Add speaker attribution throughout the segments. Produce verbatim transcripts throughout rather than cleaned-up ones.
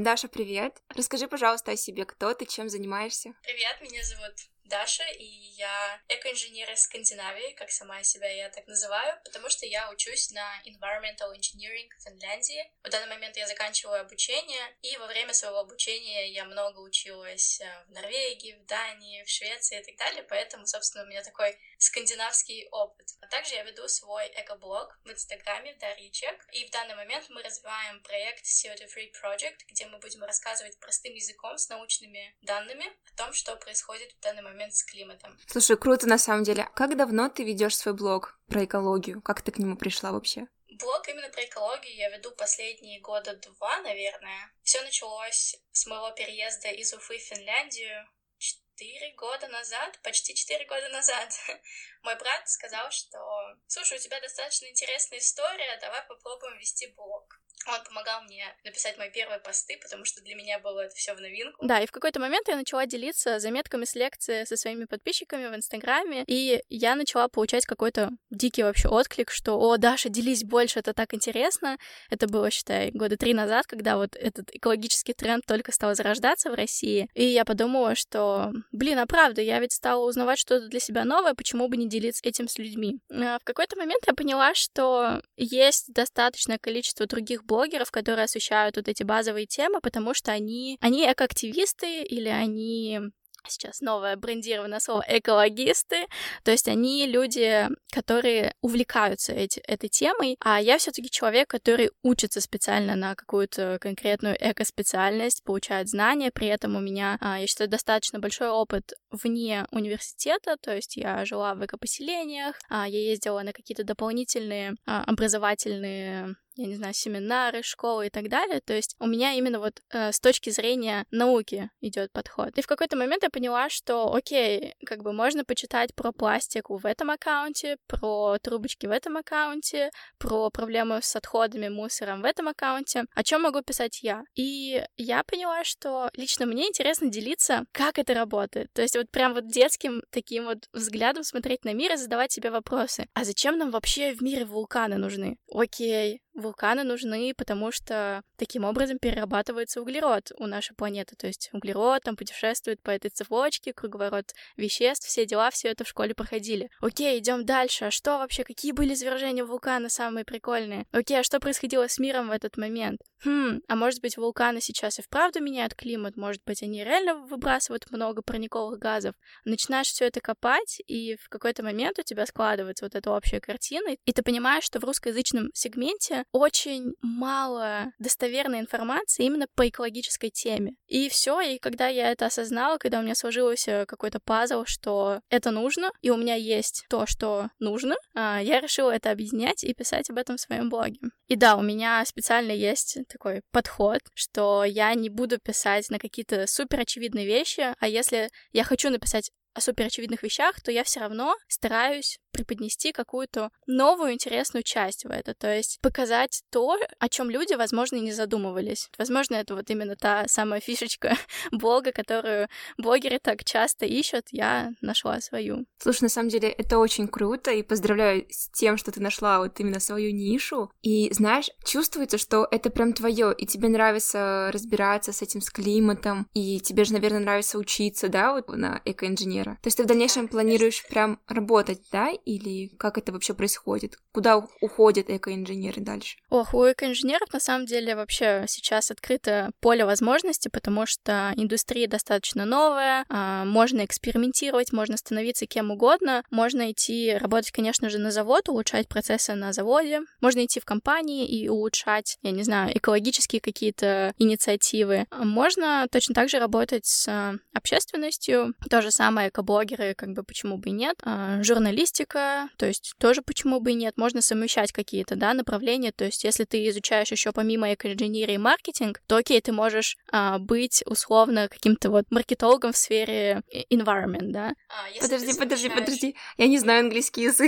Speaker 1: Даша, привет. Расскажи, пожалуйста, о себе. Кто ты, чем занимаешься?
Speaker 2: Привет, меня зовут Даша, и я экоинженер из Скандинавии, как сама себя я так называю, потому что я учусь на Environmental Engineering в Финляндии. В данный момент я заканчиваю обучение, и во время своего обучения я много училась в Норвегии, в Дании, в Швеции и так далее, поэтому, собственно, у меня такой скандинавский опыт. А также я веду свой экоблог в Инстаграме Дарья Чек, и в данный момент мы развиваем проект си о два Free Project, где мы будем рассказывать простым языком с научными данными о том, что происходит в данный момент с климатом.
Speaker 1: Слушай, круто на самом деле. Как давно ты ведешь свой блог про экологию? Как ты к нему пришла вообще?
Speaker 2: Блог именно про экологию я веду последние года два, наверное. Все началось с моего переезда из Уфы в Финляндию четыре года назад, почти четыре года назад. Мой брат сказал, что «Слушай, у тебя достаточно интересная история, давай попробуем вести блог». Он помогал мне написать мои первые посты, потому что для меня было это все в новинку.
Speaker 3: Да, и в какой-то момент я начала делиться заметками с лекции со своими подписчиками в Инстаграме, и я начала получать какой-то дикий вообще отклик, что «О, Даша, делись больше, это так интересно». Это было, считай, года три назад, когда вот этот экологический тренд только стал зарождаться в России, и я подумала, что, блин, а правда, я ведь стала узнавать что-то для себя новое, почему бы не делиться этим с людьми. А в какой-то момент я поняла, что есть достаточное количество других блогеров, блогеров, которые освещают вот эти базовые темы, потому что они, они экоактивисты или они... Сейчас новое брендированное слово «экологисты», то есть они люди, которые увлекаются эти, этой темой, а я все-таки человек, который учится специально на какую-то конкретную эко-специальность, получает знания, при этом у меня, я считаю, достаточно большой опыт вне университета, то есть я жила в экопоселениях, я ездила на какие-то дополнительные образовательные, я не знаю, семинары, школы и так далее. То есть у меня именно вот э, с точки зрения науки идет подход. И в какой-то момент я поняла, что окей, как бы можно почитать про пластик в этом аккаунте, про трубочки в этом аккаунте, про проблемы с отходами, мусором в этом аккаунте. О чем могу писать я? И я поняла, что лично мне интересно делиться, как это работает. То есть вот прям вот детским таким вот взглядом смотреть на мир и задавать себе вопросы. А зачем нам вообще в мире вулканы нужны? Окей, вулканы нужны, потому что таким образом перерабатывается углерод у нашей планеты. То есть углерод там путешествует по этой цепочке, круговорот веществ, все дела, все это в школе проходили. Окей, идем дальше. А что вообще, какие были извержения вулкана самые прикольные? Окей, а что происходило с миром в этот момент? Хм, а может быть, вулканы сейчас и вправду меняют климат? Может быть, они реально выбрасывают много парниковых газов? Начинаешь все это копать, и в какой-то момент у тебя складывается вот эта общая картина, и ты понимаешь, что в русскоязычном сегменте очень мало достоверной информации именно по экологической теме. И все, и когда я это осознала, когда у меня сложился какой-то пазл, что это нужно, и у меня есть то, что нужно, я решила это объединять и писать об этом в своем блоге. И да, у меня специально есть такой подход, что я не буду писать на какие-то супер очевидные вещи, а если я хочу написать о суперочевидных вещах, то я все равно стараюсь преподнести какую-то новую интересную часть в это, то есть показать то, о чем люди, возможно, и не задумывались. Возможно, это вот именно та самая фишечка блога, которую блогеры так часто ищут, я нашла свою.
Speaker 1: Слушай, на самом деле это очень круто, и поздравляю с тем, что ты нашла вот именно свою нишу, и знаешь, чувствуется, что это прям твое, и тебе нравится разбираться с этим, с климатом, и тебе же, наверное, нравится учиться, да, вот на экоинженера. То есть ты в дальнейшем планируешь прям работать, да, или как это вообще происходит? Куда уходят экоинженеры дальше?
Speaker 3: Ох, у экоинженеров на самом деле вообще сейчас открыто поле возможностей, потому что индустрия достаточно новая, можно экспериментировать, можно становиться кем угодно, можно идти работать, конечно же, на завод, улучшать процессы на заводе, можно идти в компании и улучшать, я не знаю, экологические какие-то инициативы. Можно точно так же работать с общественностью, то же самое экоблогеры, как бы почему бы и нет, журналистика, то есть тоже почему бы и нет, можно совмещать какие-то, да, направления, то есть если ты изучаешь еще помимо экоинженерии маркетинг, то окей, ты можешь а, быть условно каким-то вот маркетологом в сфере environment, да.
Speaker 2: А,
Speaker 1: подожди, подожди, подожди, я не знаю английский язык.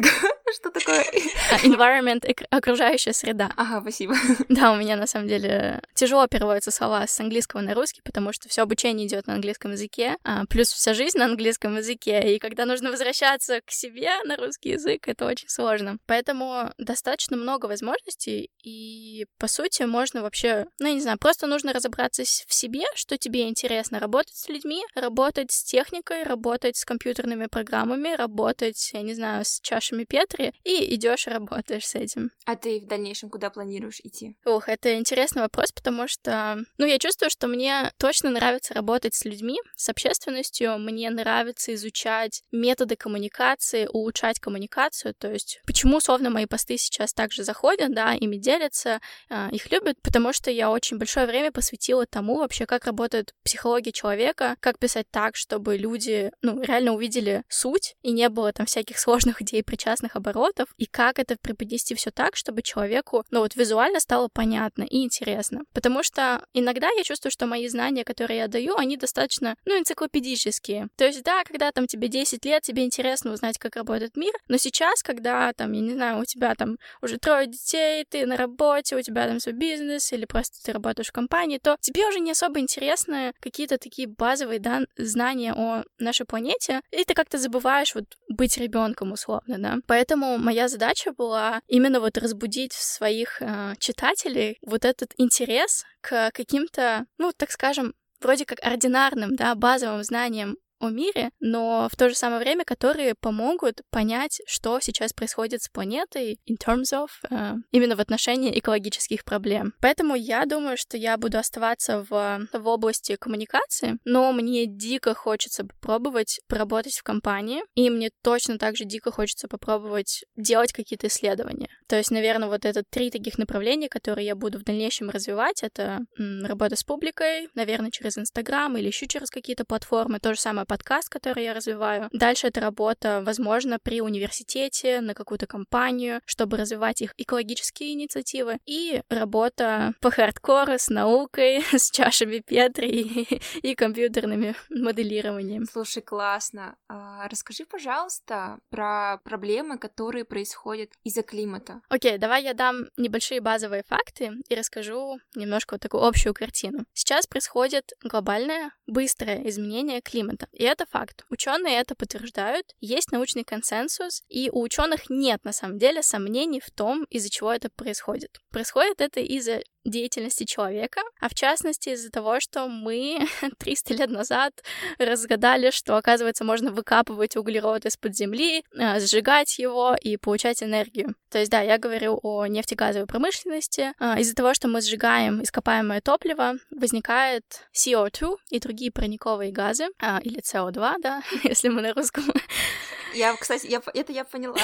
Speaker 1: Что такое?
Speaker 3: Environment — окружающая среда.
Speaker 1: Ага, спасибо.
Speaker 3: Да, у меня на самом деле тяжело переводятся слова с английского на русский, потому что все обучение идет на английском языке, а плюс вся жизнь на английском языке, и когда нужно возвращаться к себе на русский язык, это очень сложно. Поэтому достаточно много возможностей, и по сути можно вообще, ну я не знаю, просто нужно разобраться в себе, что тебе интересно: работать с людьми, работать с техникой, работать с компьютерными программами, работать, я не знаю, с чашами Петри, и идешь и работаешь с этим.
Speaker 1: А ты в дальнейшем куда планируешь идти?
Speaker 3: Ух, это интересный вопрос, потому что, ну, я чувствую, что мне точно нравится работать с людьми, с общественностью, мне нравится изучать методы коммуникации, улучшать коммуникацию, то есть почему, условно, мои посты сейчас также заходят, да, ими делятся, их любят, потому что я очень большое время посвятила тому вообще, как работает психология человека, как писать так, чтобы люди, ну, реально увидели суть, и не было там всяких сложных идей, причастных оборотов, и как это преподнести все так, чтобы человеку, ну, вот визуально стало понятно и интересно. Потому что иногда я чувствую, что мои знания, которые я даю, они достаточно, ну, энциклопедические. То есть, да, когда там тебе десять лет, тебе интересно узнать, как работает мир, но сейчас, когда там, я не знаю, у тебя там уже трое детей, ты на работе, у тебя там свой бизнес, или просто ты работаешь в компании, то тебе уже не особо интересны какие-то такие базовые, да, знания о нашей планете, и ты как-то забываешь вот быть ребенком условно, да. Поэтому моя задача была именно вот разбудить в своих э, читателей вот этот интерес к каким-то, ну, так скажем, вроде как ординарным, да, базовым знаниям о мире, но в то же самое время, которые помогут понять, что сейчас происходит с планетой in terms of, э, именно в отношении экологических проблем. Поэтому я думаю, что я буду оставаться в, в области коммуникации, но мне дико хочется попробовать поработать в компании, и мне точно так же дико хочется попробовать делать какие-то исследования. То есть, наверное, вот это три таких направления, которые я буду в дальнейшем развивать, это м, работа с публикой, наверное, через Инстаграм или еще через какие-то платформы, то же самое подкаст, который я развиваю. Дальше это работа, возможно, при университете, на какую-то компанию, чтобы развивать их экологические инициативы. И работа по хардкору с наукой, с чашами Петри и, и компьютерными моделированием.
Speaker 1: Слушай, классно. А, расскажи, пожалуйста, про проблемы, которые происходят из-за климата.
Speaker 3: Окей, давай я дам небольшие базовые факты и расскажу немножко вот такую общую картину. Сейчас происходит глобальное, быстрое изменение климата. И это факт. Ученые это подтверждают, есть научный консенсус, и у ученых нет на самом деле сомнений в том, из-за чего это происходит. Происходит это из-за деятельности человека, а в частности из-за того, что мы триста лет назад разгадали, что, оказывается, можно выкапывать углерод из-под земли, сжигать его и получать энергию. То есть, да, я говорю о нефтегазовой промышленности. Из-за того, что мы сжигаем ископаемое топливо, возникает си о два и другие парниковые газы, или си о два, да, если мы на русском.
Speaker 1: Я, кстати, я, это я поняла.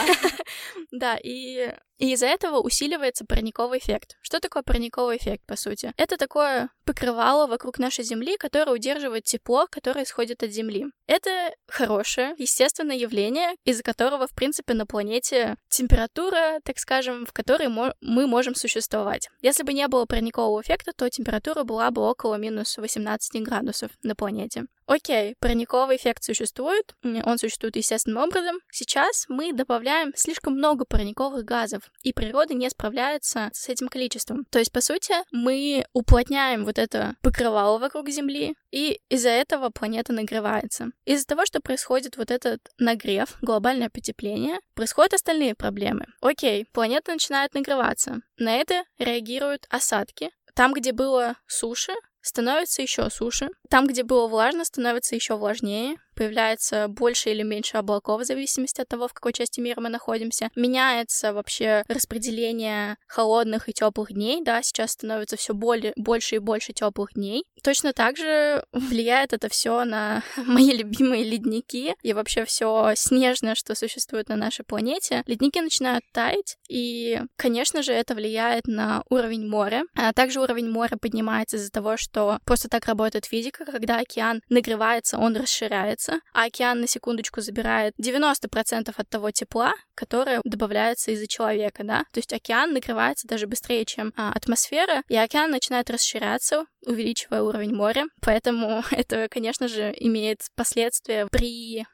Speaker 3: Да, и, и из-за этого усиливается парниковый эффект. Что такое парниковый эффект, по сути? Это такое покрывало вокруг нашей Земли, которое удерживает тепло, которое исходит от Земли. Это хорошее, естественное явление, из-за которого, в принципе, на планете температура, так скажем, в которой мо- мы можем существовать. Если бы не было парникового эффекта, то температура была бы около минус восемнадцать градусов на планете. Окей, парниковый эффект существует, он существует естественным образом. Сейчас мы добавляем слишком много парниковых газов, и природа не справляется с этим количеством. То есть, по сути, мы уплотняем вот это покрывало вокруг Земли, и из-за этого планета нагревается. Из-за того, что происходит вот этот нагрев, глобальное потепление, происходят остальные проблемы. Окей, планета начинает нагреваться. На это реагируют осадки. Там, где было суше, становится еще суше. Там, где было влажно, становится еще влажнее. Появляется больше или меньше облаков в зависимости от того, в какой части мира мы находимся. Меняется вообще распределение холодных и теплых дней, да, сейчас становится все более, больше и больше теплых дней. Точно так же влияет это все на мои любимые ледники и вообще все снежное, что существует на нашей планете. Ледники начинают таять, и, конечно же, это влияет на уровень моря. А также уровень моря поднимается из-за того, что просто так работает физика, когда океан нагревается, он расширяется, а океан, на секундочку, забирает девяносто процентов от того тепла, которое добавляется из-за человека, да. То есть океан нагревается даже быстрее, чем а, атмосфера, и океан начинает расширяться, увеличивая уровень моря. Поэтому это, конечно же, имеет последствия при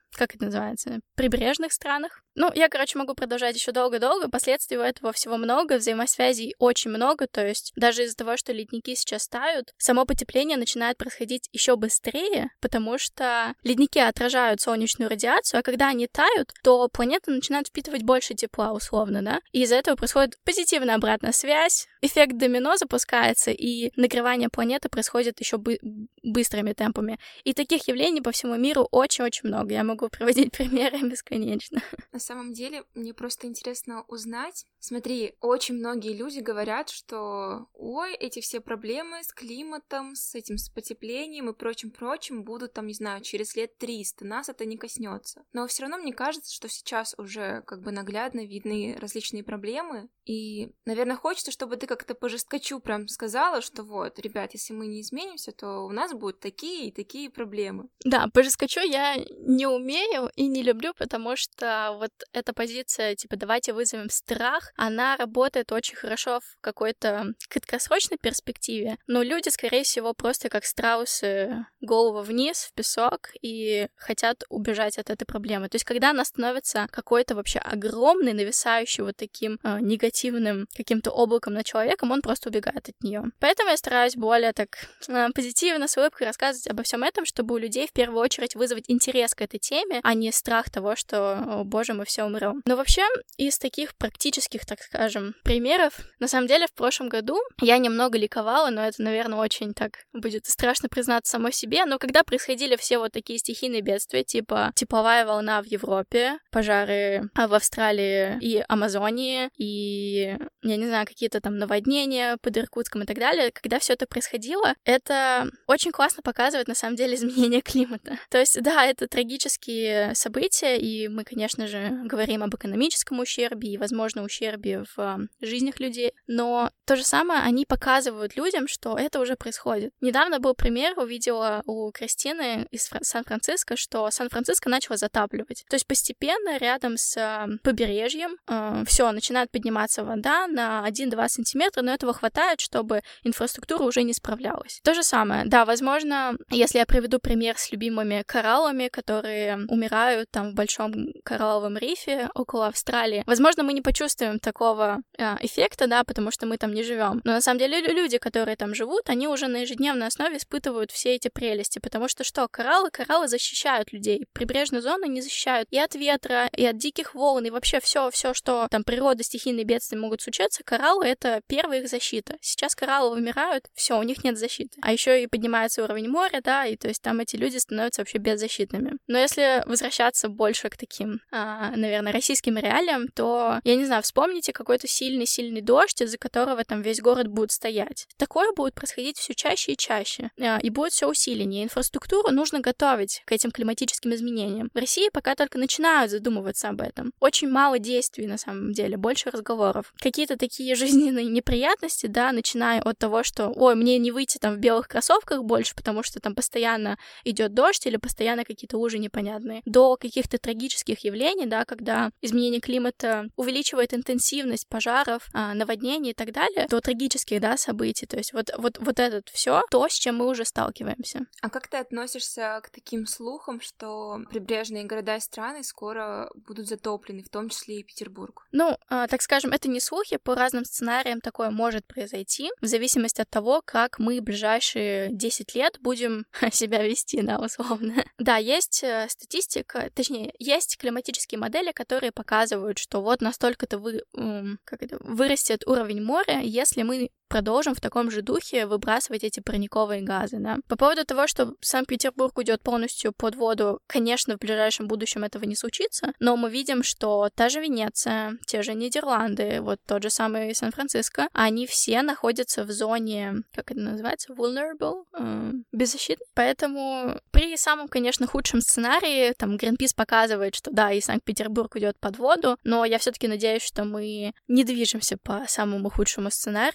Speaker 3: как это называется, прибрежных странах. Ну, я, короче, могу продолжать еще долго-долго, последствий у этого всего много, взаимосвязей очень много, то есть даже из-за того, что ледники сейчас тают, само потепление начинает происходить еще быстрее, потому что ледники отражают солнечную радиацию, а когда они тают, то планета начинает впитывать больше тепла, условно, да, и из-за этого происходит позитивная обратная связь, эффект домино запускается, и нагревание планеты происходит еще бы- быстрыми темпами. И таких явлений по всему миру очень-очень много. Я могу приводить примеры бесконечно.
Speaker 1: На самом деле, мне просто интересно узнать. Смотри, очень многие люди говорят, что ой, эти все проблемы с климатом, с этим, с потеплением и прочим-прочим будут там, не знаю, через лет триста, нас это не коснется. Но все равно мне кажется, что сейчас уже как бы наглядно видны различные проблемы, и, наверное, хочется, чтобы ты как-то по жесткачу прям сказала, что вот, ребят, если мы не изменимся, то у нас будут такие и такие проблемы.
Speaker 3: Да, по жесткачу я не умею и не люблю, потому что вот эта позиция, типа, давайте вызовем страх, она работает очень хорошо в какой-то краткосрочной перспективе, но люди, скорее всего, просто как страусы, голову вниз в песок и хотят убежать от этой проблемы. То есть, когда она становится какой-то вообще огромной, нависающей вот таким э, негативным каким-то облаком над человеком, он просто убегает от нее. Поэтому я стараюсь более так э, позитивно, с улыбкой рассказывать обо всем этом, чтобы у людей в первую очередь вызвать интерес к этой теме, а не страх того, что, о боже, мы все умрем. Но вообще, из таких практических, так скажем, примеров, на самом деле, в прошлом году я немного ликовала, но это, наверное, очень так будет страшно признаться самой себе, но когда происходили все вот такие стихийные бедствия, типа тепловая волна в Европе, пожары в Австралии и Амазонии, и, я не знаю, какие-то там наводнения под Иркутском и так далее, когда все это происходило, это очень классно показывает, на самом деле, изменение климата. То есть, да, это трагические события, и мы, конечно же, говорим об экономическом ущербе и, возможно, ущербе в жизнях людей, но то же самое они показывают людям, что это уже происходит. Недавно был пример, увидела у Кристины из Фра- Сан-Франциско, что Сан-Франциско начало затапливать. То есть постепенно рядом с побережьем э, все, начинает подниматься вода на один-два сантиметра, но этого хватает, чтобы инфраструктура уже не справлялась. То же самое, да, возможно, если я приведу пример с любимыми кораллами, которые умирают там в большом коралловом рифе около Австралии, возможно, мы не почувствуем такого э, эффекта, да, потому что мы там не живем. Но на самом деле люди, которые там живут, они уже на ежедневной основе испытывают все эти прелести, потому что что, кораллы, кораллы защищают людей, прибрежную зону не защищают и от ветра, и от диких волн, и вообще все, все, что там природа, стихийные бедствия могут случаться, кораллы — это первая их защита. Сейчас кораллы вымирают, все, у них нет защиты. А еще и поднимается уровень моря, да, и то есть там эти люди становятся вообще беззащитными. Но если возвращаться больше к таким, а, наверное, российским реалиям, то, я не знаю, вспомните какой-то сильный-сильный дождь, из-за которого там весь город будет стоять. Такое будет происходить все чаще и чаще, а, и будет все усиленнее. Инфраструктуру нужно готовить к этим климатическим изменениям. В России пока только начинают задумываться об этом. Очень мало действий, на самом деле, больше разговоров. Какие-то такие жизненные неприятности, да, начиная от того, что, ой, мне не выйти там в белых кроссовках больше, потому что там постоянно идет дождь или постоянно какие-то лужи непонятные, до каких-то трагических явлений, да, когда изменение климата увеличивает интенсивность пожаров, наводнений и так далее, до трагических, да, событий. То есть вот, вот, вот это все то, с чем мы уже сталкиваемся.
Speaker 1: А как ты относишься к таким слухам, что прибрежные города и страны скоро будут затоплены, в том числе и Петербург?
Speaker 3: Ну, э, так скажем, это не слухи, по разным сценариям такое может произойти, в зависимости от того, как мы в ближайшие десять лет будем себя вести, да, условно. Да, есть э, статистика, точнее, есть климатические модели, которые показывают, что вот настолько-то вы, э, как это, вырастет уровень моря, если мы продолжим в таком же духе выбрасывать эти парниковые газы, да. По поводу того, что Санкт-Петербург уйдет полностью под воду, конечно, в ближайшем будущем этого не случится, но мы видим, что та же Венеция, те же Нидерланды, вот тот же самый Сан-Франциско, они все находятся в зоне, как это называется, vulnerable, э, беззащитной. Поэтому при самом, конечно, худшем сценарии, там, Greenpeace показывает, что да, и Санкт-Петербург уйдет под воду, но я все-таки надеюсь, что мы не движемся по самому худшему сценарию, или во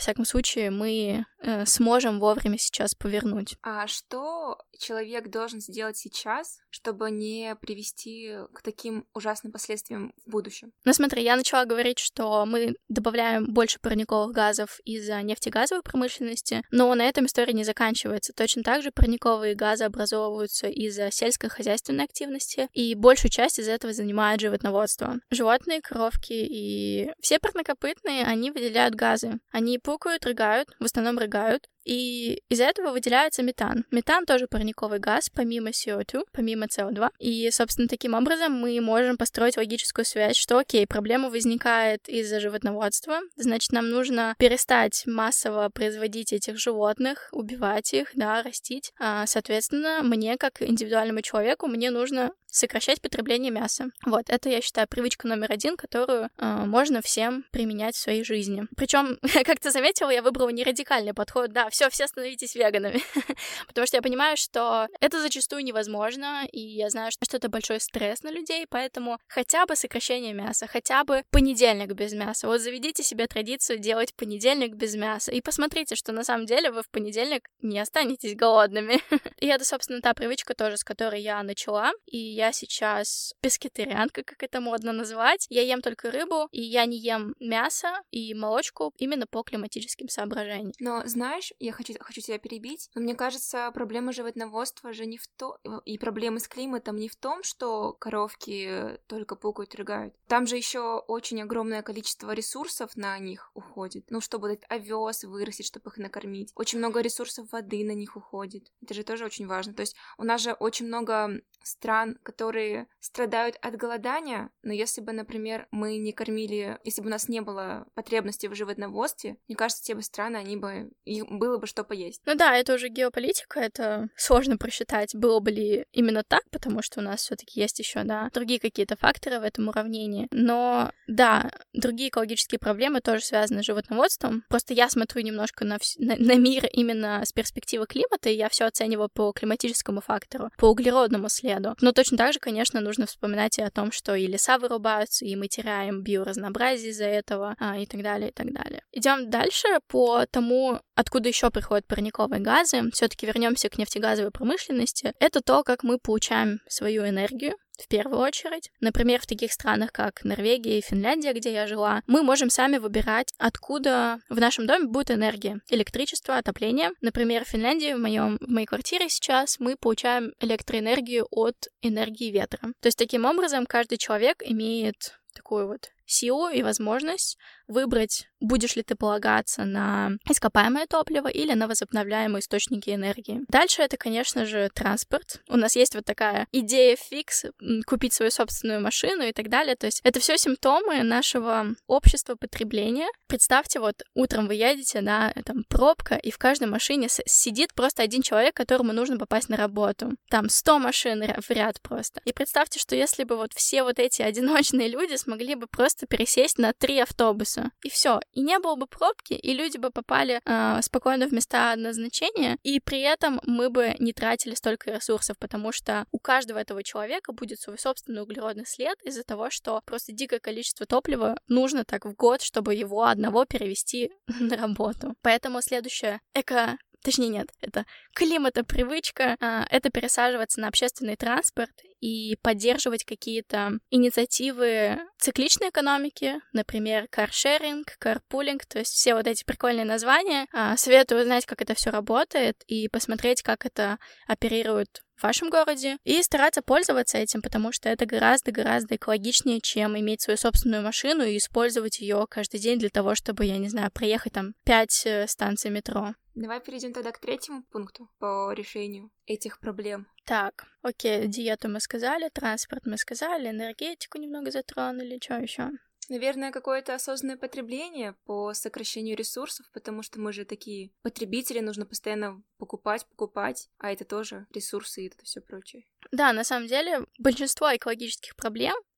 Speaker 3: всяком случае, мы э, сможем вовремя сейчас повернуть.
Speaker 1: А что человек должен сделать сейчас, чтобы не привести к таким ужасным последствиям в будущем?
Speaker 3: Ну смотри, я начала говорить, что мы добавляем больше парниковых газов из-за нефтегазовой промышленности, но на этом история не заканчивается. Точно так же парниковые газы образовываются из-за сельскохозяйственной активности, и большую часть из этого занимает животноводство. Животные, коровки и все парнокопытные, они выделяют газы. Они пукают, рыгают, в основном рыгают, и из-за этого выделяется метан. Метан тоже парниковый газ, помимо си о два, помимо си о два. И, собственно, таким образом мы можем построить логическую связь, что, окей, проблема возникает из-за животноводства, значит, нам нужно перестать массово производить этих животных, убивать их, да, растить. А, соответственно, мне, как индивидуальному человеку, мне нужно сокращать потребление мяса. Вот, это, я считаю, привычка номер один, которую э, можно всем применять в своей жизни. Причем, как ты заметила, я выбрала не радикальный подход, да, все, все становитесь веганами, потому что я понимаю, что это зачастую невозможно, и я знаю, что это большой стресс на людей, поэтому хотя бы сокращение мяса, хотя бы понедельник без мяса. Вот заведите себе традицию делать понедельник без мяса, и посмотрите, что на самом деле вы в понедельник не останетесь голодными. И это, собственно, та привычка тоже, с которой я начала, и я Я сейчас пескетарианка, как это модно называть. Я ем только рыбу, и я не ем мясо и молочку именно по климатическим соображениям.
Speaker 1: Но знаешь, я хочу, хочу тебя перебить, но мне кажется, проблема животноводства же не в том, и проблемы с климатом не в том, что коровки только пукают и рыгают. Там же еще очень огромное количество ресурсов на них уходит. Ну, чтобы этот овес вырастить, чтобы их накормить. Очень много ресурсов воды на них уходит. Это же тоже очень важно. То есть у нас же очень много стран, которые страдают от голодания, но если бы, например, мы не кормили, если бы у нас не было потребности в животноводстве, мне кажется, те бы страны, они бы, их было бы что поесть.
Speaker 3: Ну да, это уже геополитика, это сложно просчитать, было бы ли именно так, потому что у нас все-таки есть еще, да, другие какие-то факторы в этом уравнении. Но да, другие экологические проблемы тоже связаны с животноводством. Просто я смотрю немножко на, вс... на, на мир именно с перспективы климата, и я все оцениваю по климатическому фактору, по углеродному следу. Но точно так же, конечно, нужно вспоминать и о том, что и леса вырубаются, и мы теряем биоразнообразие из-за этого, а, и так далее, и так далее. Идем дальше по тому, откуда еще приходят парниковые газы. Все-таки вернемся к нефтегазовой промышленности. Это то, как мы получаем свою энергию. В первую очередь. Например, в таких странах, как Норвегия и Финляндия, где я жила, мы можем сами выбирать, откуда в нашем доме будет энергия. Электричество, отопление. Например, в Финляндии, в, моем, в моей квартире сейчас, мы получаем электроэнергию от энергии ветра. То есть, таким образом, каждый человек имеет такую вот силу и возможность выбрать, будешь ли ты полагаться на ископаемое топливо или на возобновляемые источники энергии. Дальше это, конечно же, транспорт. У нас есть вот такая идея фикс, купить свою собственную машину и так далее. То есть это все симптомы нашего общества потребления. Представьте, вот утром вы едете, да, там пробка, и в каждой машине сидит просто один человек, которому нужно попасть на работу. Там сто машин в ряд просто. И представьте, что если бы вот все вот эти одиночные люди смогли бы просто пересесть на три автобуса, и все. И не было бы пробки, и люди бы попали э, спокойно в места назначения, и при этом мы бы не тратили столько ресурсов, потому что у каждого этого человека будет свой собственный углеродный след из-за того, что просто дикое количество топлива нужно так в год, чтобы его одного перевести на работу. Поэтому следующее эко... Точнее, нет, это климатопривычка, а, это пересаживаться на общественный транспорт и поддерживать какие-то инициативы цикличной экономики, например, каршеринг, карпулинг, то есть все вот эти прикольные названия. А, советую узнать, как это все работает, и посмотреть, как это оперирует в вашем городе, и стараться пользоваться этим, потому что это гораздо-гораздо экологичнее, чем иметь свою собственную машину и использовать ее каждый день для того, чтобы, я не знаю, проехать там пять станций метро.
Speaker 1: Давай перейдем тогда к третьему пункту по решению этих проблем.
Speaker 3: Так, окей, диету мы сказали, транспорт мы сказали, энергетику немного затронули, что еще?
Speaker 1: Наверное, какое-то осознанное потребление по сокращению ресурсов, потому что мы же такие потребители, нужно постоянно покупать, покупать, а это тоже ресурсы и это все прочее.
Speaker 3: Да, на самом деле, большинство экологических проблем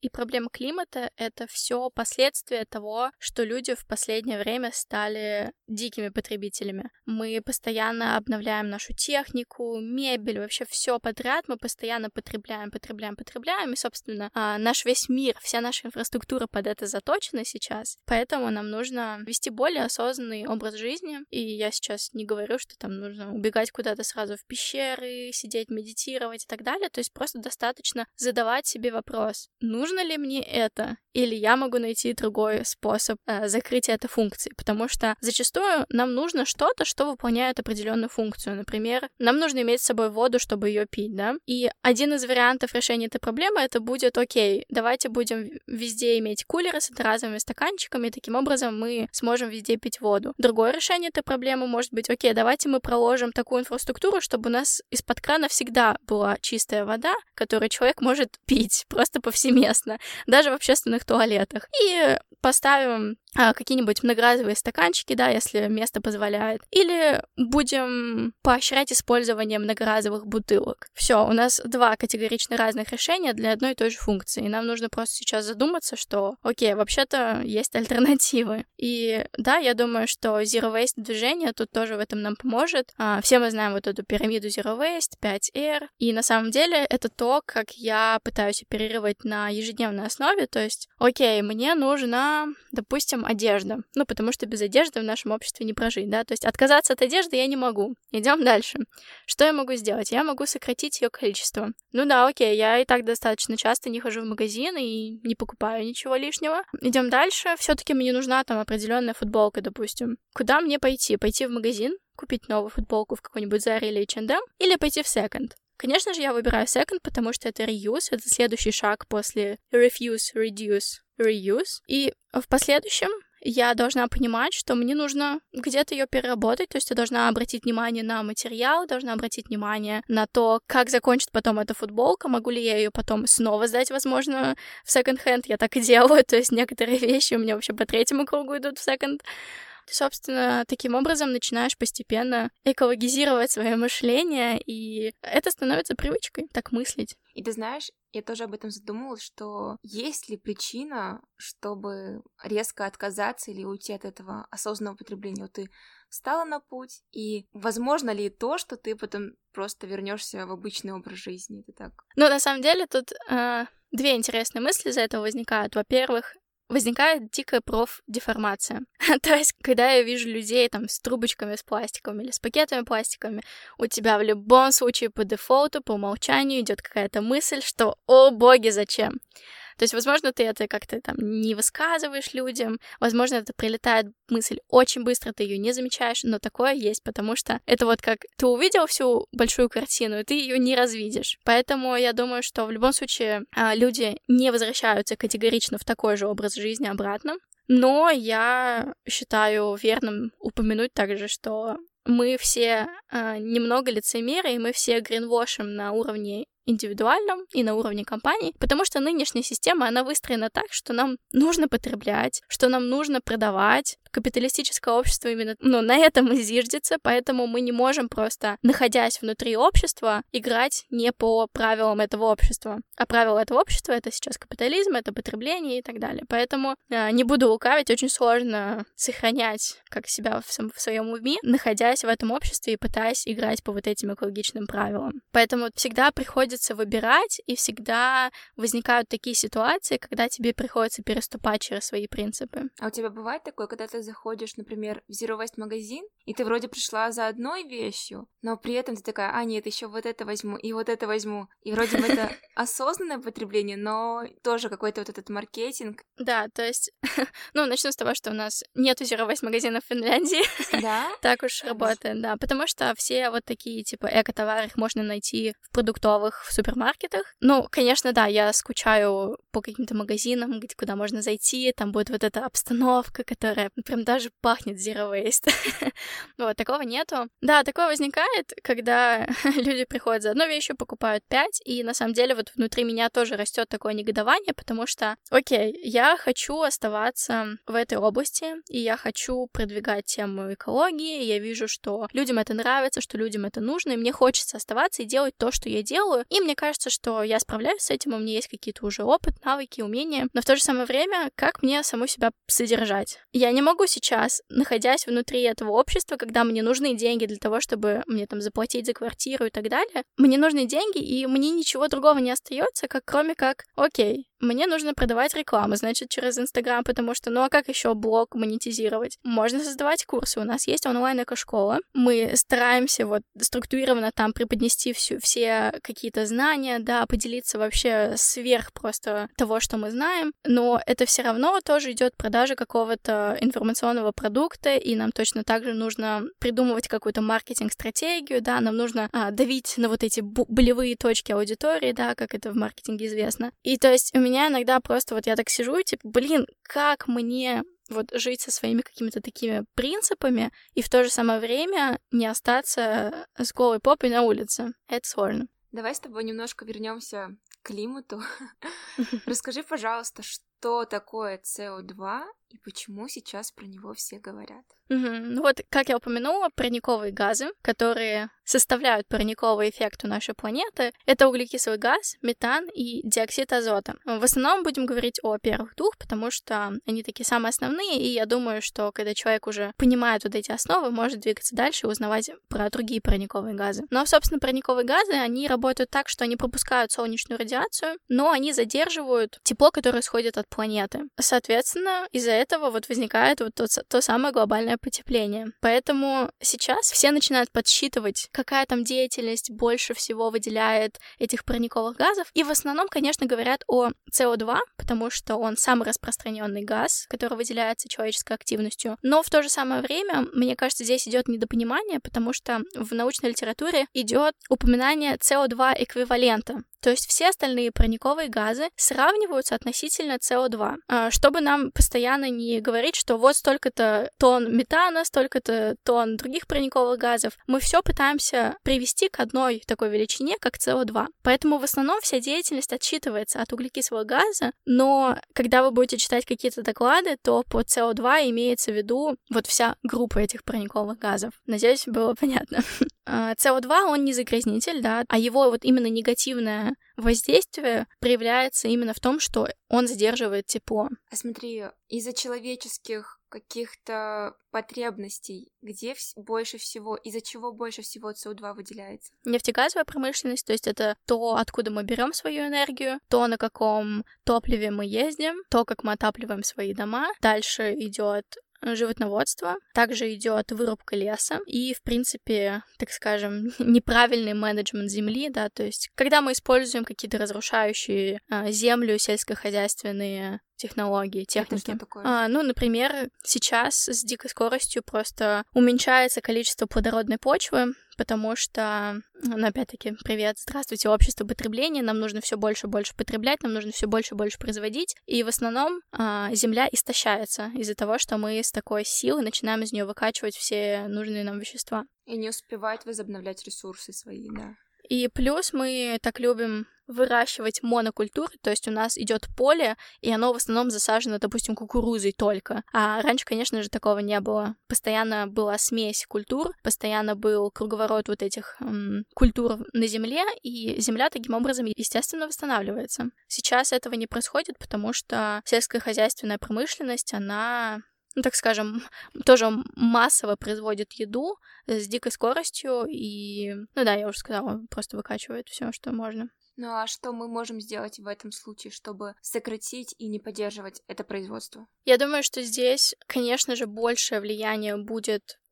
Speaker 3: и проблема климата — это все последствия того, что люди в последнее время стали дикими потребителями. Мы постоянно обновляем нашу технику, мебель, вообще все подряд, мы постоянно потребляем, потребляем, потребляем, и, собственно, наш весь мир, вся наша инфраструктура под это заточена сейчас, поэтому нам нужно вести более осознанный образ жизни, и я сейчас не говорю, что там нужно убегать куда-то сразу в пещеры, сидеть, медитировать и так далее, то есть просто достаточно задавать себе вопрос, нужно ли мне это, или я могу найти другой способ э, закрытия этой функции, потому что зачастую нам нужно что-то, что выполняет определенную функцию. Например, нам нужно иметь с собой воду, чтобы ее пить, да? И один из вариантов решения этой проблемы это будет, окей, давайте будем везде иметь кулеры с одноразовыми стаканчиками, и таким образом мы сможем везде пить воду. Другое решение этой проблемы может быть, окей, давайте мы проложим такую инфраструктуру, чтобы у нас из-под крана всегда была чистая вода, которую человек может пить просто повсеместно, даже в общественных туалетах. И поставим а, какие-нибудь многоразовые стаканчики, да, если место позволяет. Или будем поощрять использование многоразовых бутылок. Все, у нас два категорично разных решения для одной и той же функции. И нам нужно просто сейчас задуматься, что, окей, вообще-то есть альтернативы. И да, я думаю, что Zero Waste движение тут тоже в этом нам поможет. А, все мы знаем вот эту пирамиду Zero Waste, пять эр. И на самом деле это то, как я пытаюсь оперировать на ежедневной основе. То есть, окей, мне нужна, допустим, одежда. Ну, потому что без одежды в нашем обществе не прожить, да? То есть отказаться от одежды я не могу. Идем дальше. Что я могу сделать? Я могу сократить ее количество. Ну да, окей, я и так достаточно часто не хожу в магазин и не покупаю ничего лишнего. Идем дальше. Все-таки мне нужна там определенная футболка, допустим. Куда мне пойти? Пойти в магазин, купить новую футболку в какой-нибудь Zara или эйч энд эм, или пойти в секонд? Конечно же, я выбираю second, потому что это reuse, это следующий шаг после refuse, reduce, reuse. И в последующем я должна понимать, что мне нужно где-то ее переработать, то есть я должна обратить внимание на материал, должна обратить внимание на то, как закончит потом эта футболка, могу ли я ее потом снова сдать, возможно, в second-hand, я так и делаю, то есть некоторые вещи у меня вообще по третьему кругу идут в second. Ты, собственно, таким образом начинаешь постепенно экологизировать свое мышление, и это становится привычкой, так мыслить.
Speaker 1: И ты знаешь, я тоже об этом задумалась, что есть ли причина, чтобы резко отказаться или уйти от этого осознанного потребления? Вот ты встала на путь, и возможно ли то, что ты потом просто вернешься в обычный образ жизни? Это так?
Speaker 3: Ну, на самом деле, тут э, две интересные мысли из-за этого возникают. Во-первых, возникает дикая профдеформация. То есть, когда я вижу людей там с трубочками, с пластиком или с пакетами пластиковыми, у тебя в любом случае по дефолту, по умолчанию идет какая-то мысль, что «О, боги, зачем?». То есть, возможно, ты это как-то там не высказываешь людям, возможно, это прилетает мысль очень быстро, ты ее не замечаешь, но такое есть, потому что это вот как ты увидел всю большую картину, и ты ее не развидишь. Поэтому я думаю, что в любом случае люди не возвращаются категорично в такой же образ жизни обратно. Но я считаю верным упомянуть также, что мы все э, немного лицемеры, и мы все гринвошим на уровне индивидуальном и на уровне компаний, потому что нынешняя система, она выстроена так, что нам нужно потреблять, что нам нужно продавать. Капиталистическое общество именно, ну, на этом и зиждется, поэтому мы не можем просто, находясь внутри общества, играть не по правилам этого общества. А правила этого общества — это сейчас капитализм, это потребление и так далее. Поэтому, э, не буду лукавить, очень сложно сохранять как себя в, в своем уме, находясь в этом обществе и пытаясь играть по вот этим экологичным правилам. Поэтому всегда приходится выбирать, и всегда возникают такие ситуации, когда тебе приходится переступать через свои принципы.
Speaker 1: А у тебя бывает такое, когда ты заходишь, например, в Zero Waste магазин, и ты вроде пришла за одной вещью, но при этом ты такая: а нет, еще вот это возьму, и вот это возьму. И вроде бы это осознанное потребление, но тоже какой-то вот этот маркетинг.
Speaker 3: Да, то есть, ну, начну с того, что у нас нету Zero Waste магазинов в Финляндии.
Speaker 1: Да?
Speaker 3: Так уж работает, да. Потому что все вот такие, типа, эко-товары их можно найти в продуктовых, в супермаркетах. Ну, конечно, да, я скучаю по каким-то магазинам, где, куда можно зайти, там будет вот эта обстановка, которая прям даже пахнет zero waste. Вот, такого нету. Да, такое возникает, когда люди приходят за одной вещью, покупают пять, и на самом деле вот внутри меня тоже растет такое негодование, потому что, окей, я хочу оставаться в этой области, и я хочу продвигать тему экологии, и я вижу, что людям это нравится, что людям это нужно, и мне хочется оставаться и делать то, что я делаю, и мне кажется, что я справляюсь с этим, у меня есть какие-то уже опыт, навыки, умения, но в то же самое время, как мне саму себя содержать? Я не могу сейчас, находясь внутри этого общества, когда мне нужны деньги для того, чтобы мне там заплатить за квартиру и так далее, мне нужны деньги, и мне ничего другого не остается, как кроме как, окей, мне нужно продавать рекламу, значит, через Инстаграм, потому что, ну а как еще блог монетизировать? Можно создавать курсы, у нас есть онлайн-экошкола, мы стараемся вот структурированно там преподнести всю, все какие-то знания, да, поделиться вообще сверх просто того, что мы знаем, но это все равно тоже идет продажа какого-то информационного продукта, и нам точно так же нужно придумывать какую-то маркетинг-стратегию, да, нам нужно а, давить на вот эти болевые точки аудитории, да, как это в маркетинге известно. И то есть у меня иногда просто вот я так сижу и типа, блин, как мне вот жить со своими какими-то такими принципами и в то же самое время не остаться с голой попой на улице. Это сложно.
Speaker 1: Давай с тобой немножко вернемся к климату. Расскажи, пожалуйста, что такое си о два и почему сейчас про него все говорят?
Speaker 3: Угу. Ну вот, как я упомянула, парниковые газы, которые составляют парниковый эффект у нашей планеты, это углекислый газ, метан и диоксид азота. В основном будем говорить о первых двух, потому что они такие самые основные, и я думаю, что когда человек уже понимает вот эти основы, может двигаться дальше и узнавать про другие парниковые газы. Но, собственно, парниковые газы, они работают так, что они пропускают солнечную радиацию, но они задерживают тепло, которое исходит от планеты. Соответственно, из-за этого вот возникает вот то, то самое глобальное потепление. Поэтому сейчас все начинают подсчитывать, какая там деятельность больше всего выделяет этих парниковых газов. И в основном, конечно, говорят о си о два, потому что он самый распространенный газ, который выделяется человеческой активностью. Но в то же самое время, мне кажется, здесь идет недопонимание, потому что в научной литературе идет упоминание си о два эквивалента. То есть все остальные парниковые газы сравниваются относительно си о два, чтобы нам постоянно не говорить, что вот столько-то тонн метана, столько-то тонн других парниковых газов. Мы все пытаемся привести к одной такой величине, как си о два. Поэтому в основном вся деятельность отсчитывается от углекислого газа, но когда вы будете читать какие-то доклады, то под си о два имеется в виду вот вся группа этих парниковых газов. Надеюсь, было понятно. си о два, он не загрязнитель, да, а его вот именно негативное воздействие проявляется именно в том, что он задерживает тепло.
Speaker 1: А смотри, из-за человеческих каких-то потребностей, где больше всего, из-за чего больше всего си о два выделяется?
Speaker 3: Нефтегазовая промышленность, то есть это то, откуда мы берем свою энергию, то, на каком топливе мы ездим, то, как мы отапливаем свои дома. Дальше идет животноводство, также идет вырубка леса и, в принципе, так скажем, неправильный менеджмент земли, да, то есть когда мы используем какие-то разрушающие а, землю сельскохозяйственные технологии, техники.
Speaker 1: Это что такое?
Speaker 3: А, ну, например, сейчас с дикой скоростью просто уменьшается количество плодородной почвы, потому что, ну, опять-таки, привет, здравствуйте, общество потребления, нам нужно все больше и больше потреблять, нам нужно все больше и больше производить, и в основном а, земля истощается из-за того, что мы с такой силой начинаем из нее выкачивать все нужные нам вещества.
Speaker 1: И не успевает возобновлять ресурсы свои, да.
Speaker 3: И плюс мы так любим выращивать монокультуры, то есть у нас идет поле, и оно в основном засажено, допустим, кукурузой только. А раньше, конечно же, такого не было. Постоянно была смесь культур, постоянно был круговорот вот этих м, культур на земле, и земля таким образом, естественно, восстанавливается. Сейчас этого не происходит, потому что сельскохозяйственная промышленность, она, ну, так скажем, тоже массово производит еду с дикой скоростью, и, ну да, я уже сказала, просто выкачивает все, что можно.
Speaker 1: Ну а что мы можем сделать в этом случае, чтобы сократить и не поддерживать это производство?
Speaker 3: Я думаю, что здесь, конечно же, большее влияние будет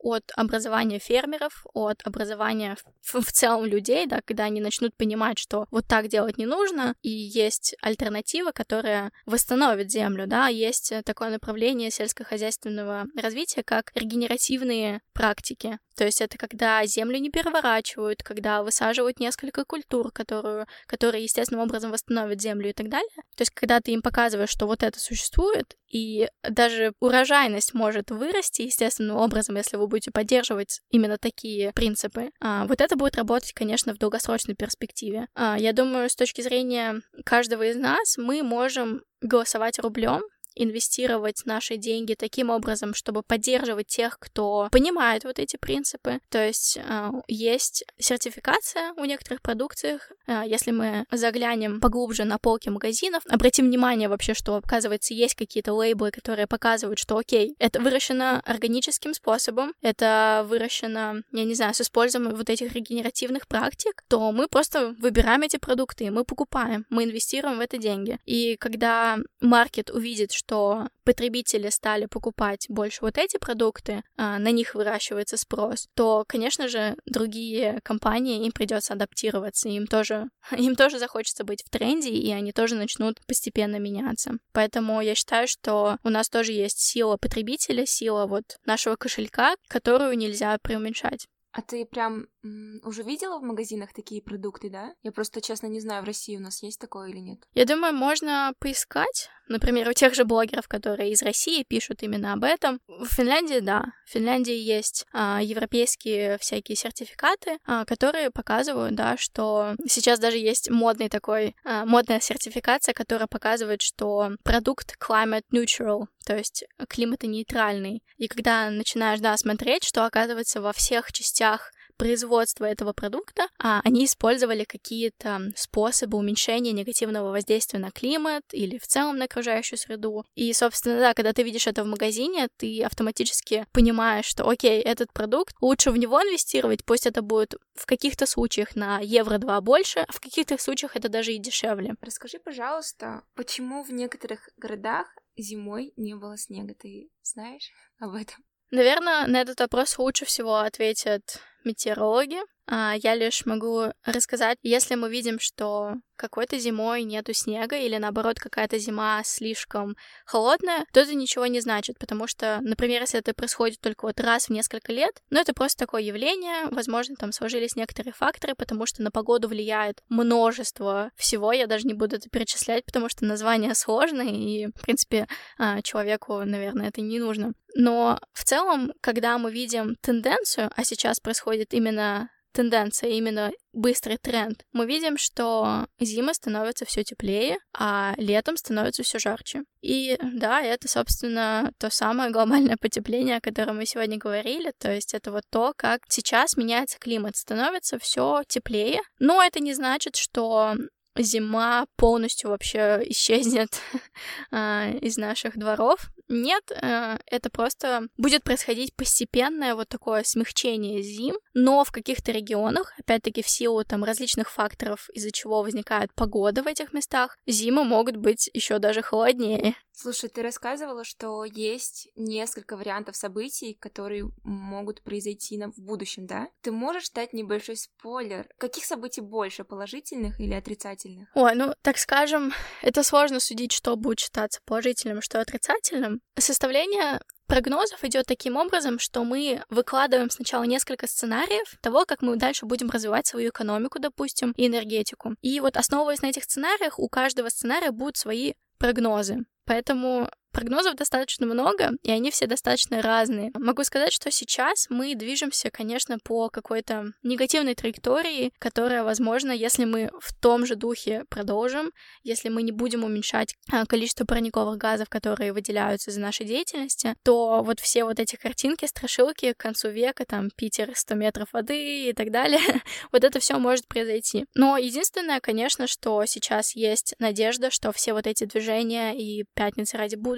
Speaker 3: от образования фермеров, от образования в, в целом людей, да, когда они начнут понимать, что вот так делать не нужно, и есть альтернатива, которая восстановит землю, да, есть такое направление сельскохозяйственного развития, как регенеративные практики. То есть это когда землю не переворачивают, когда высаживают несколько культур, которую, которые естественным образом восстановят землю и так далее. То есть когда ты им показываешь, что вот это существует, и даже урожайность может вырасти естественным образом, если вы будете поддерживать именно такие принципы, а, вот это будет работать, конечно, в долгосрочной перспективе. А, я думаю, с точки зрения каждого из нас мы можем голосовать рублем, инвестировать наши деньги таким образом, чтобы поддерживать тех, кто понимает вот эти принципы. То есть э, есть сертификация у некоторых продукциях. Э, если мы заглянем поглубже на полки магазинов, обратим внимание вообще, что, оказывается, есть какие-то лейблы, которые показывают, что окей, это выращено органическим способом, это выращено, я не знаю, с использованием вот этих регенеративных практик, то мы просто выбираем эти продукты, мы покупаем, мы инвестируем в это деньги. И когда маркет увидит, что что потребители стали покупать больше вот эти продукты, а, на них выращивается спрос, то, конечно же, другие компании, им придется адаптироваться, им тоже, им тоже захочется быть в тренде, и они тоже начнут постепенно меняться. Поэтому я считаю, что у нас тоже есть сила потребителя, сила вот нашего кошелька, которую нельзя преуменьшать.
Speaker 1: А ты прям м, уже видела в магазинах такие продукты, да? Я просто, честно, не знаю, в России у нас есть такое или нет.
Speaker 3: Я думаю, можно поискать, например, у тех же блогеров, которые из России пишут именно об этом. В Финляндии, да, в Финляндии есть а, европейские всякие сертификаты, а, которые показывают, да, что сейчас даже есть модный такой, а, модная сертификация, которая показывает, что продукт climate neutral, то есть климатонейтральный. И когда начинаешь, да, смотреть, что, оказывается, во всех частях производства этого продукта, а, они использовали какие-то способы уменьшения негативного воздействия на климат или в целом на окружающую среду. И, собственно, да, когда ты видишь это в магазине, ты автоматически понимаешь, что, окей, этот продукт, лучше в него инвестировать, пусть это будет в каких-то случаях на евро-два больше, а в каких-то случаях это даже и дешевле.
Speaker 1: Расскажи, пожалуйста, почему в некоторых городах зимой не было снега? Ты знаешь об этом?
Speaker 3: Наверное, на этот вопрос лучше всего ответят метеорологи. А я лишь могу рассказать, если мы видим, что какой-то зимой нету снега или, наоборот, какая-то зима слишком холодная, то это ничего не значит, потому что, например, если это происходит только вот раз в несколько лет, ну, это просто такое явление, возможно, там сложились некоторые факторы, потому что на погоду влияет множество всего, я даже не буду это перечислять, потому что названия сложные, и, в принципе, человеку, наверное, это не нужно. Но в целом, когда мы видим тенденцию, а сейчас происходит именно тенденция, именно быстрый тренд, мы видим, что зимы становятся все теплее, а летом становится все жарче. И да, это, собственно, то самое глобальное потепление, о котором мы сегодня говорили, то есть это вот то, как сейчас меняется климат, становится все теплее, но это не значит, что зима полностью вообще исчезнет из наших дворов. Нет, это просто будет происходить постепенное вот такое смягчение зим, но в каких-то регионах, опять-таки в силу там различных факторов, из-за чего возникает погода в этих местах, зимы могут быть еще даже холоднее.
Speaker 1: Слушай, ты рассказывала, что есть несколько вариантов событий, которые могут произойти в будущем, да? Ты можешь дать небольшой спойлер? Каких событий больше, положительных или отрицательных?
Speaker 3: Ой, ну, так скажем, это сложно судить, что будет считаться положительным, что отрицательным. Составление прогнозов идет таким образом, что мы выкладываем сначала несколько сценариев того, как мы дальше будем развивать свою экономику, допустим, и энергетику. И вот основываясь на этих сценариях, у каждого сценария будут свои прогнозы. Поэтому прогнозов достаточно много, и они все достаточно разные. Могу сказать, что сейчас мы движемся, конечно, по какой-то негативной траектории, которая, возможно, если мы в том же духе продолжим, если мы не будем уменьшать количество парниковых газов, которые выделяются из-за нашей деятельности, то вот все вот эти картинки, страшилки к концу века, там, Питер, сто метров воды и так далее, вот это все может произойти. Но единственное, конечно, что сейчас есть надежда, что все вот эти движения и пятницы ради будущего,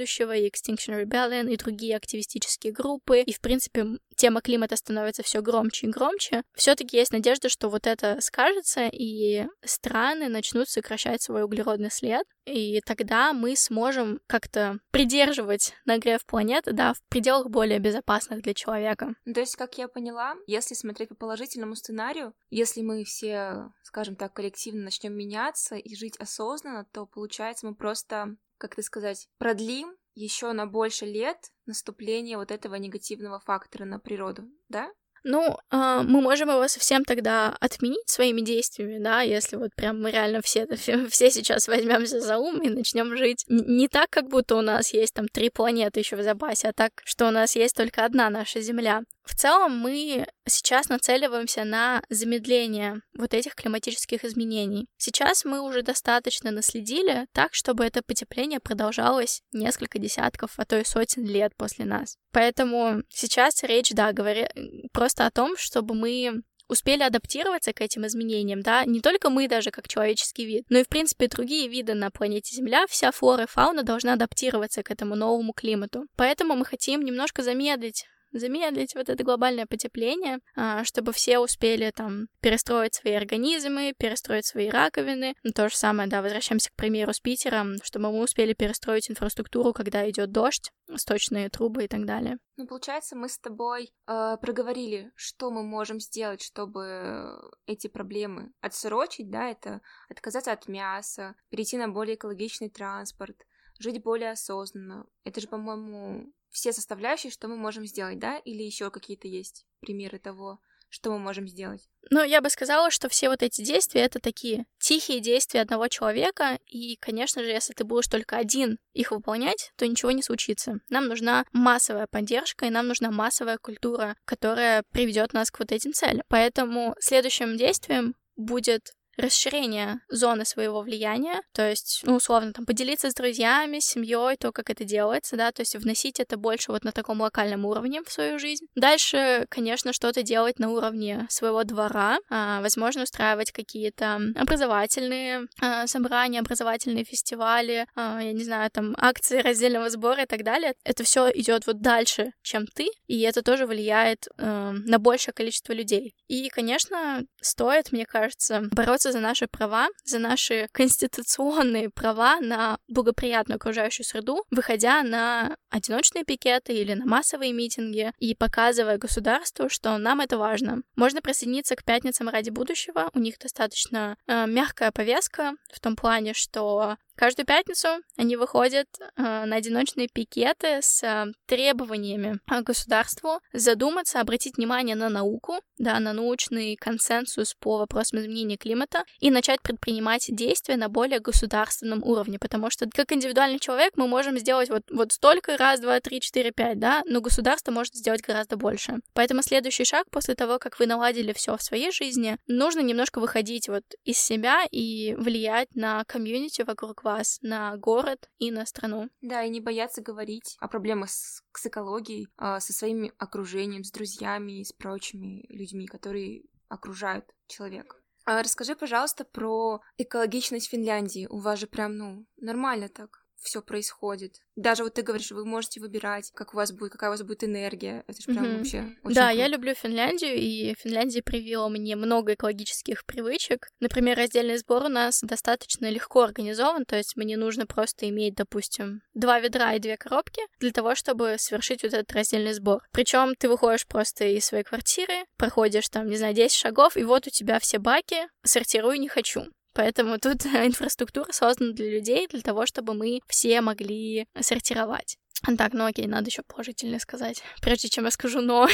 Speaker 3: будущего», и Extinction Rebellion, и другие активистические группы, и, в принципе, тема климата становится все громче и громче, все-таки есть надежда, что вот это скажется, и страны начнут сокращать свой углеродный след, и тогда мы сможем как-то придерживать нагрев планеты, да, в пределах более безопасных для человека.
Speaker 1: То есть, как я поняла, если смотреть по положительному сценарию, если мы все, скажем так, коллективно начнем меняться и жить осознанно, то, получается, мы просто, как ты сказать, продлим еще на больше лет наступление вот этого негативного фактора на природу, да?
Speaker 3: Ну, э, мы можем его совсем тогда отменить своими действиями, да, если вот прям мы реально все, все, все сейчас возьмемся за ум и начнем жить не так, как будто у нас есть там три планеты еще в запасе, а так, что у нас есть только одна наша Земля. В целом мы сейчас нацеливаемся на замедление вот этих климатических изменений. Сейчас мы уже достаточно наследили так, чтобы это потепление продолжалось несколько десятков, а то и сотен лет после нас. Поэтому сейчас речь, да, говорит просто о том, чтобы мы успели адаптироваться к этим изменениям, да, не только мы даже как человеческий вид, но и, в принципе, другие виды на планете Земля, вся флора и фауна должна адаптироваться к этому новому климату. Поэтому мы хотим немножко замедлить замедлить вот это глобальное потепление, чтобы все успели там перестроить свои организмы, перестроить свои раковины. Ну, то же самое, да, возвращаемся к примеру с Питером, чтобы мы успели перестроить инфраструктуру, когда идет дождь, сточные трубы и так далее.
Speaker 1: Ну, получается, мы с тобой э, проговорили, что мы можем сделать, чтобы эти проблемы отсрочить, да, это отказаться от мяса, перейти на более экологичный транспорт, жить более осознанно. Это же, по-моему, все составляющие, что мы можем сделать, да? Или еще какие-то есть примеры того, что мы можем сделать?
Speaker 3: Ну, я бы сказала, что все вот эти действия — это такие тихие действия одного человека, и, конечно же, если ты будешь только один их выполнять, то ничего не случится. Нам нужна массовая поддержка, и нам нужна массовая культура, которая приведет нас к вот этим целям. Поэтому следующим действием будет расширение зоны своего влияния, то есть, ну, условно, там, поделиться с друзьями, с семьей, то, как это делается, да, то есть вносить это больше вот на таком локальном уровне в свою жизнь. Дальше, конечно, что-то делать на уровне своего двора, а, возможно, устраивать какие-то образовательные а, собрания, образовательные фестивали, а, я не знаю, там, акции раздельного сбора и так далее. Это все идет вот дальше, чем ты, и это тоже влияет а, на большее количество людей. И, конечно, стоит, мне кажется, бороться за наши права, за наши конституционные права на благоприятную окружающую среду, выходя на одиночные пикеты или на массовые митинги и показывая государству, что нам это важно. Можно присоединиться к «Пятницам ради будущего». У них достаточно э, мягкая повестка в том плане, что каждую пятницу они выходят э, на одиночные пикеты с э, требованиями к государству задуматься, обратить внимание на науку, да, на научный консенсус по вопросам изменения климата и начать предпринимать действия на более государственном уровне, потому что как индивидуальный человек мы можем сделать вот, вот столько, раз, два, три, четыре, пять, да, но государство может сделать гораздо больше. Поэтому следующий шаг после того, как вы наладили все в своей жизни, нужно немножко выходить вот из себя и влиять на комьюнити вокруг вас, на город и на страну.
Speaker 1: Да, и не бояться говорить о проблемах с, с экологией, со своим окружением, с друзьями и с прочими людьми, которые окружают человека. А расскажи, пожалуйста, про экологичность Финляндии. У вас же прям, ну, нормально так все происходит. Даже вот ты говоришь, вы можете выбирать, как у вас будет, какая у вас будет энергия. Это же прям mm-hmm. вообще очень
Speaker 3: Да,
Speaker 1: круто.
Speaker 3: Я люблю Финляндию, и Финляндия привила мне много экологических привычек. Например, раздельный сбор у нас достаточно легко организован, то есть мне нужно просто иметь, допустим, два ведра и две коробки для того, чтобы совершить вот этот раздельный сбор. Причем ты выходишь просто из своей квартиры, проходишь там, не знаю, десять шагов, и вот у тебя все баки, сортирую не хочу. Поэтому тут инфраструктура создана для людей, для того, чтобы мы все могли сортировать. Так, ну окей, надо еще положительное сказать, прежде чем я скажу «но».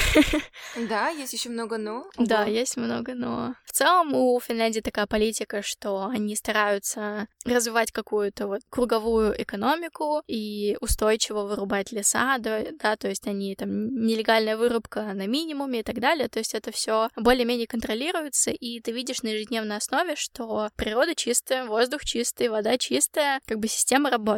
Speaker 1: Да, есть еще много «но».
Speaker 3: Да, есть много «но». В целом у Финляндии такая политика, что они стараются развивать какую-то вот круговую экономику и устойчиво вырубать леса, да, да, то есть они там нелегальная вырубка на минимуме и так далее, то есть это все более-менее контролируется, и ты видишь на ежедневной основе, что природа чистая, воздух чистый, вода чистая, как бы система работает.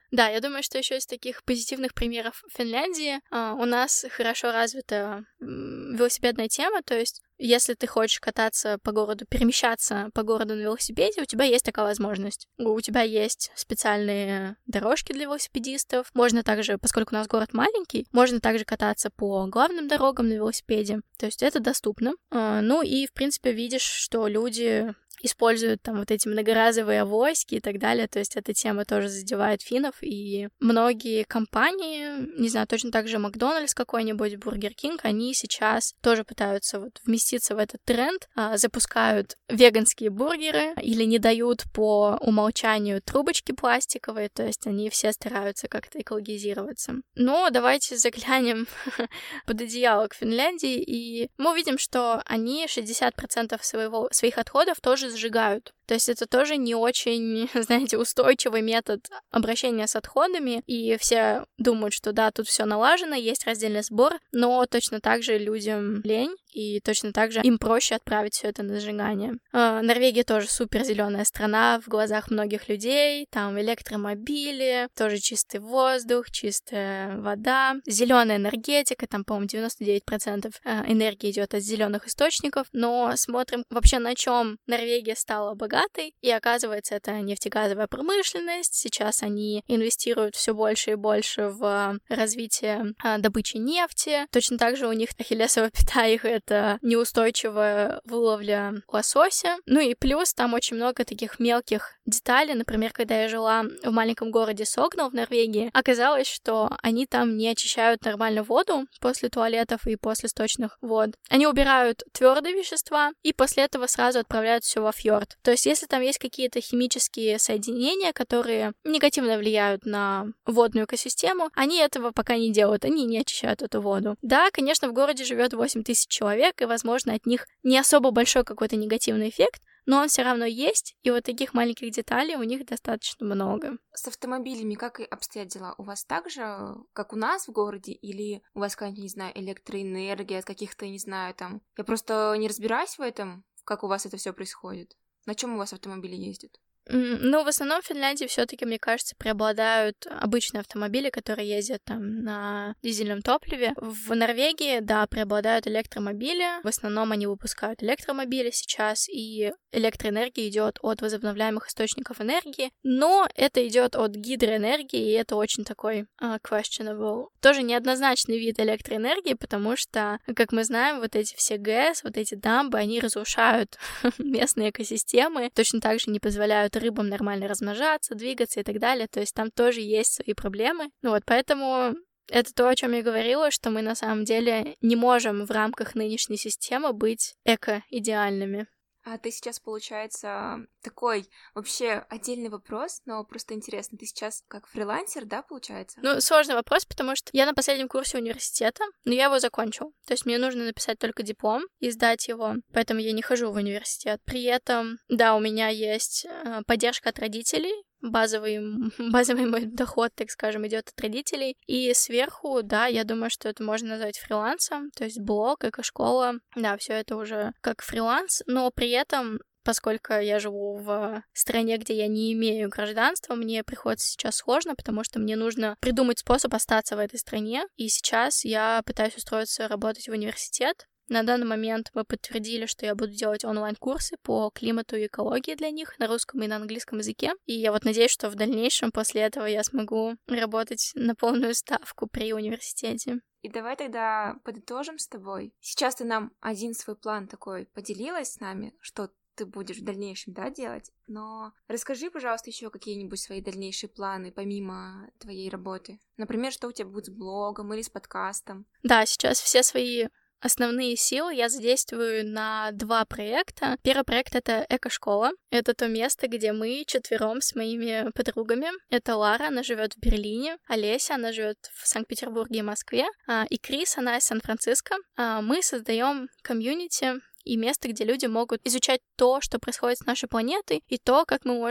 Speaker 3: Да, я думаю, что еще из таких позитивных примеров Финляндии а, у нас хорошо развита м, велосипедная тема, то есть если ты хочешь кататься по городу, перемещаться по городу на велосипеде, у тебя есть такая возможность. У тебя есть специальные дорожки для велосипедистов. Можно также, поскольку у нас город маленький, можно также кататься по главным дорогам на велосипеде. То есть это доступно. А, ну и, в принципе, видишь, что люди используют там вот эти многоразовые авоськи и так далее, то есть эта тема тоже задевает финнов, и многие компании, не знаю, точно так же Макдональдс какой-нибудь, Бургер Кинг, они сейчас тоже пытаются вот вместиться в этот тренд, а, запускают веганские бургеры или не дают по умолчанию трубочки пластиковые, то есть они все стараются как-то экологизироваться. Но давайте заглянем под одеяло к Финляндии, и мы увидим, что они шестьдесят процентов своего, своих отходов тоже сжигают. То есть это тоже не очень, знаете, устойчивый метод обращения с отходами, и все думают, что да, тут все налажено, есть раздельный сбор, но точно так же людям лень, и точно так же им проще отправить все это на сжигание. Э, Норвегия тоже супер зеленая страна в глазах многих людей, там электромобили, тоже чистый воздух, чистая вода, зеленая энергетика, там, по-моему, девяносто девять процентов энергии идет от зеленых источников, но смотрим вообще, на чем Норвегия стала богатой, и оказывается, это нефтегазовая промышленность. Сейчас они инвестируют все больше и больше в развитие а, добычи нефти. Точно так же у них ахиллесова пята их — это неустойчивая выловля лосося. Ну и плюс там очень много таких мелких деталей. Например, когда я жила в маленьком городе Согнал в Норвегии, оказалось, что они там не очищают нормально воду после туалетов и после сточных вод. Они убирают твердые вещества и после этого сразу отправляют все во фьорд. То есть если там есть какие-то химические соединения, которые негативно влияют на водную экосистему, они этого пока не делают, они не очищают эту воду. Да, конечно, в городе живет восемь тысяч человек, и, возможно, от них не особо большой какой-то негативный эффект, но он все равно есть, и вот таких маленьких деталей у них достаточно много.
Speaker 1: С автомобилями как и обстоят дела? У вас так же, как у нас в городе, или у вас какая-нибудь, не знаю, электроэнергия от каких-то, не знаю, там... Я просто не разбираюсь в этом, как у вас это все происходит. На чем у вас автомобили ездят?
Speaker 3: Ну, в основном в Финляндии все-таки, мне кажется, преобладают обычные автомобили, которые ездят там на дизельном топливе. В Норвегии, да, преобладают электромобили. В основном они выпускают электромобили сейчас, и электроэнергия идет от возобновляемых источников энергии, но это идет от гидроэнергии, и это очень такой uh, questionable. Тоже неоднозначный вид электроэнергии, потому что, как мы знаем, вот эти все ГЭС, вот эти дамбы, они разрушают местные экосистемы, точно так же не позволяют рыбам нормально размножаться, двигаться и так далее, то есть там тоже есть свои проблемы. Ну вот, поэтому это то, о чем я говорила, что мы на самом деле не можем в рамках нынешней системы быть эко-идеальными.
Speaker 1: А ты сейчас, получается, такой вообще отдельный вопрос, но просто интересно, ты сейчас как фрилансер, да, получается?
Speaker 3: Ну, сложный вопрос, потому что я на последнем курсе университета, но я его закончил. То есть мне нужно написать только диплом и сдать его, поэтому я не хожу в университет. При этом, да, у меня есть э, поддержка от родителей, базовый, базовый мой доход, так скажем, идет от родителей. И сверху, да, я думаю, что это можно назвать фрилансом, то есть блог, эко-школа, да, все это уже как фриланс, но при этом, поскольку я живу в стране, где я не имею гражданства, мне приходится сейчас сложно, потому что мне нужно придумать способ остаться в этой стране, и сейчас я пытаюсь устроиться работать в университет. На данный момент мы подтвердили, что я буду делать онлайн-курсы по климату и экологии для них на русском и на английском языке. И я вот надеюсь, что в дальнейшем после этого я смогу работать на полную ставку при университете.
Speaker 1: И давай тогда подытожим с тобой. Сейчас ты нам один свой план такой поделилась с нами, что ты будешь в дальнейшем, да, делать. Но расскажи, пожалуйста, еще какие-нибудь свои дальнейшие планы помимо твоей работы. Например, что у тебя будет с блогом или с подкастом.
Speaker 3: Да, сейчас все свои основные силы я задействую на два проекта. Первый проект — это эко-школа. Это то место, где мы четвером с моими подругами. Это Лара, она живет в Берлине, Олеся, она живет в Санкт-Петербурге и Москве, и Крис, она из Сан-Франциско. Мы создаем комьюнити и место, где люди могут изучать то, что происходит с нашей планетой, и то, как мы можем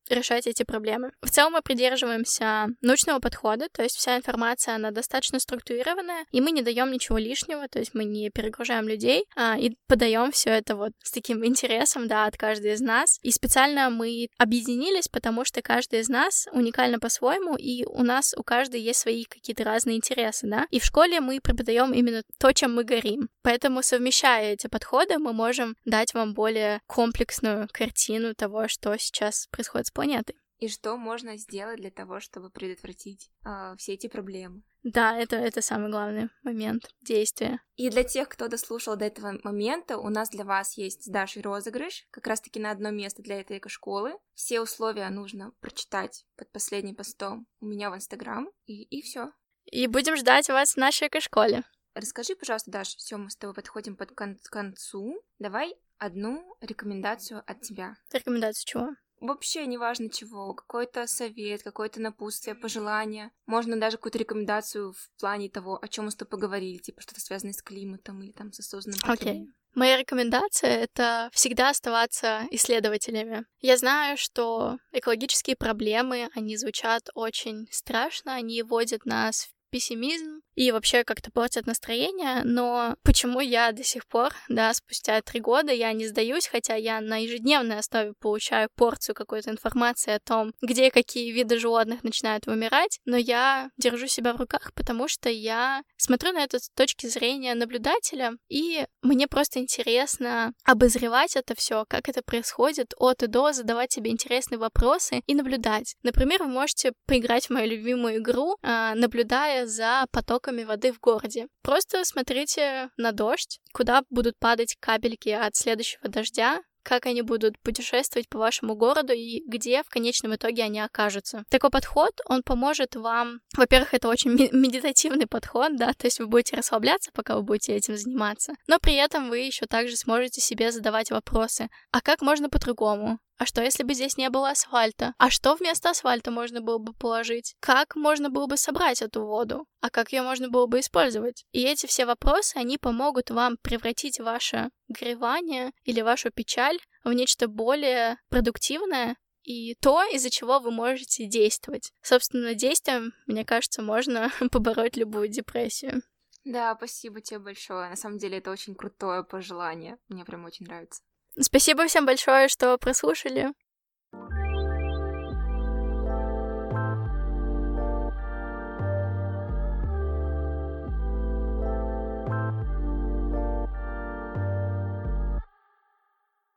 Speaker 3: решать эти проблемы. В целом мы придерживаемся научного подхода, то есть вся информация, она достаточно структурированная, и мы не даем ничего лишнего, то есть мы не перегружаем людей, а, и подаем все это вот с таким интересом, да, от каждой из нас. И специально мы объединились, потому что каждый из нас уникально по-своему, и у нас у каждой есть свои какие-то разные интересы, да. И в школе мы преподаем именно то, чем мы горим. Поэтому, совмещая эти подходы, мы можем дать вам более комплексную картину того, что сейчас происходит с планетой.
Speaker 1: И что можно сделать для того, чтобы предотвратить э, все эти проблемы.
Speaker 3: Да, это, это самый главный момент действия.
Speaker 1: И для тех, кто дослушал до этого момента, у нас для вас есть с Дашей розыгрыш, как раз-таки на одно место для этой эко-школы. Все условия нужно прочитать под последним постом у меня в Инстаграм, и, и все.
Speaker 3: И будем ждать вас в нашей эко-школе.
Speaker 1: Расскажи, пожалуйста, Даша, все, мы с тобой подходим под кон- к концу. Давай одну рекомендацию от тебя.
Speaker 3: Рекомендацию чего?
Speaker 1: Вообще, неважно чего, какой-то совет, какое-то напутствие, пожелание. Можно даже какую-то рекомендацию в плане того, о чем мы с тобой поговорили, типа что-то связанное с климатом или там с осознанным потреблением.
Speaker 3: Окей. Моя рекомендация — это всегда оставаться исследователями. Я знаю, что экологические проблемы, они звучат очень страшно, они вводят нас в пессимизм и вообще как-то портят настроение, но почему я до сих пор, да, спустя три года я не сдаюсь, хотя я на ежедневной основе получаю порцию какой-то информации о том, где какие виды животных начинают вымирать, но я держу себя в руках, потому что я смотрю на это с точки зрения наблюдателя, и мне просто интересно обозревать это все, как это происходит от и до, задавать себе интересные вопросы и наблюдать. Например, вы можете поиграть в мою любимую игру, наблюдая за потоками воды в городе. Просто смотрите на дождь, куда будут падать капельки от следующего дождя, как они будут путешествовать по вашему городу и где в конечном итоге они окажутся. Такой подход, он поможет вам... Во-первых, это очень медитативный подход, да, то есть вы будете расслабляться, пока вы будете этим заниматься, но при этом вы еще также сможете себе задавать вопросы. А как можно по-другому? А что, если бы здесь не было асфальта? А что вместо асфальта можно было бы положить? Как можно было бы собрать эту воду? А как ее можно было бы использовать? И эти все вопросы, они помогут вам превратить ваше горевание или вашу печаль в нечто более продуктивное и то, из-за чего вы можете действовать. Собственно, действием, мне кажется, можно побороть любую депрессию.
Speaker 1: Да, спасибо тебе большое. На самом деле, это очень крутое пожелание. Мне прям очень нравится.
Speaker 3: Спасибо всем большое, что прослушали.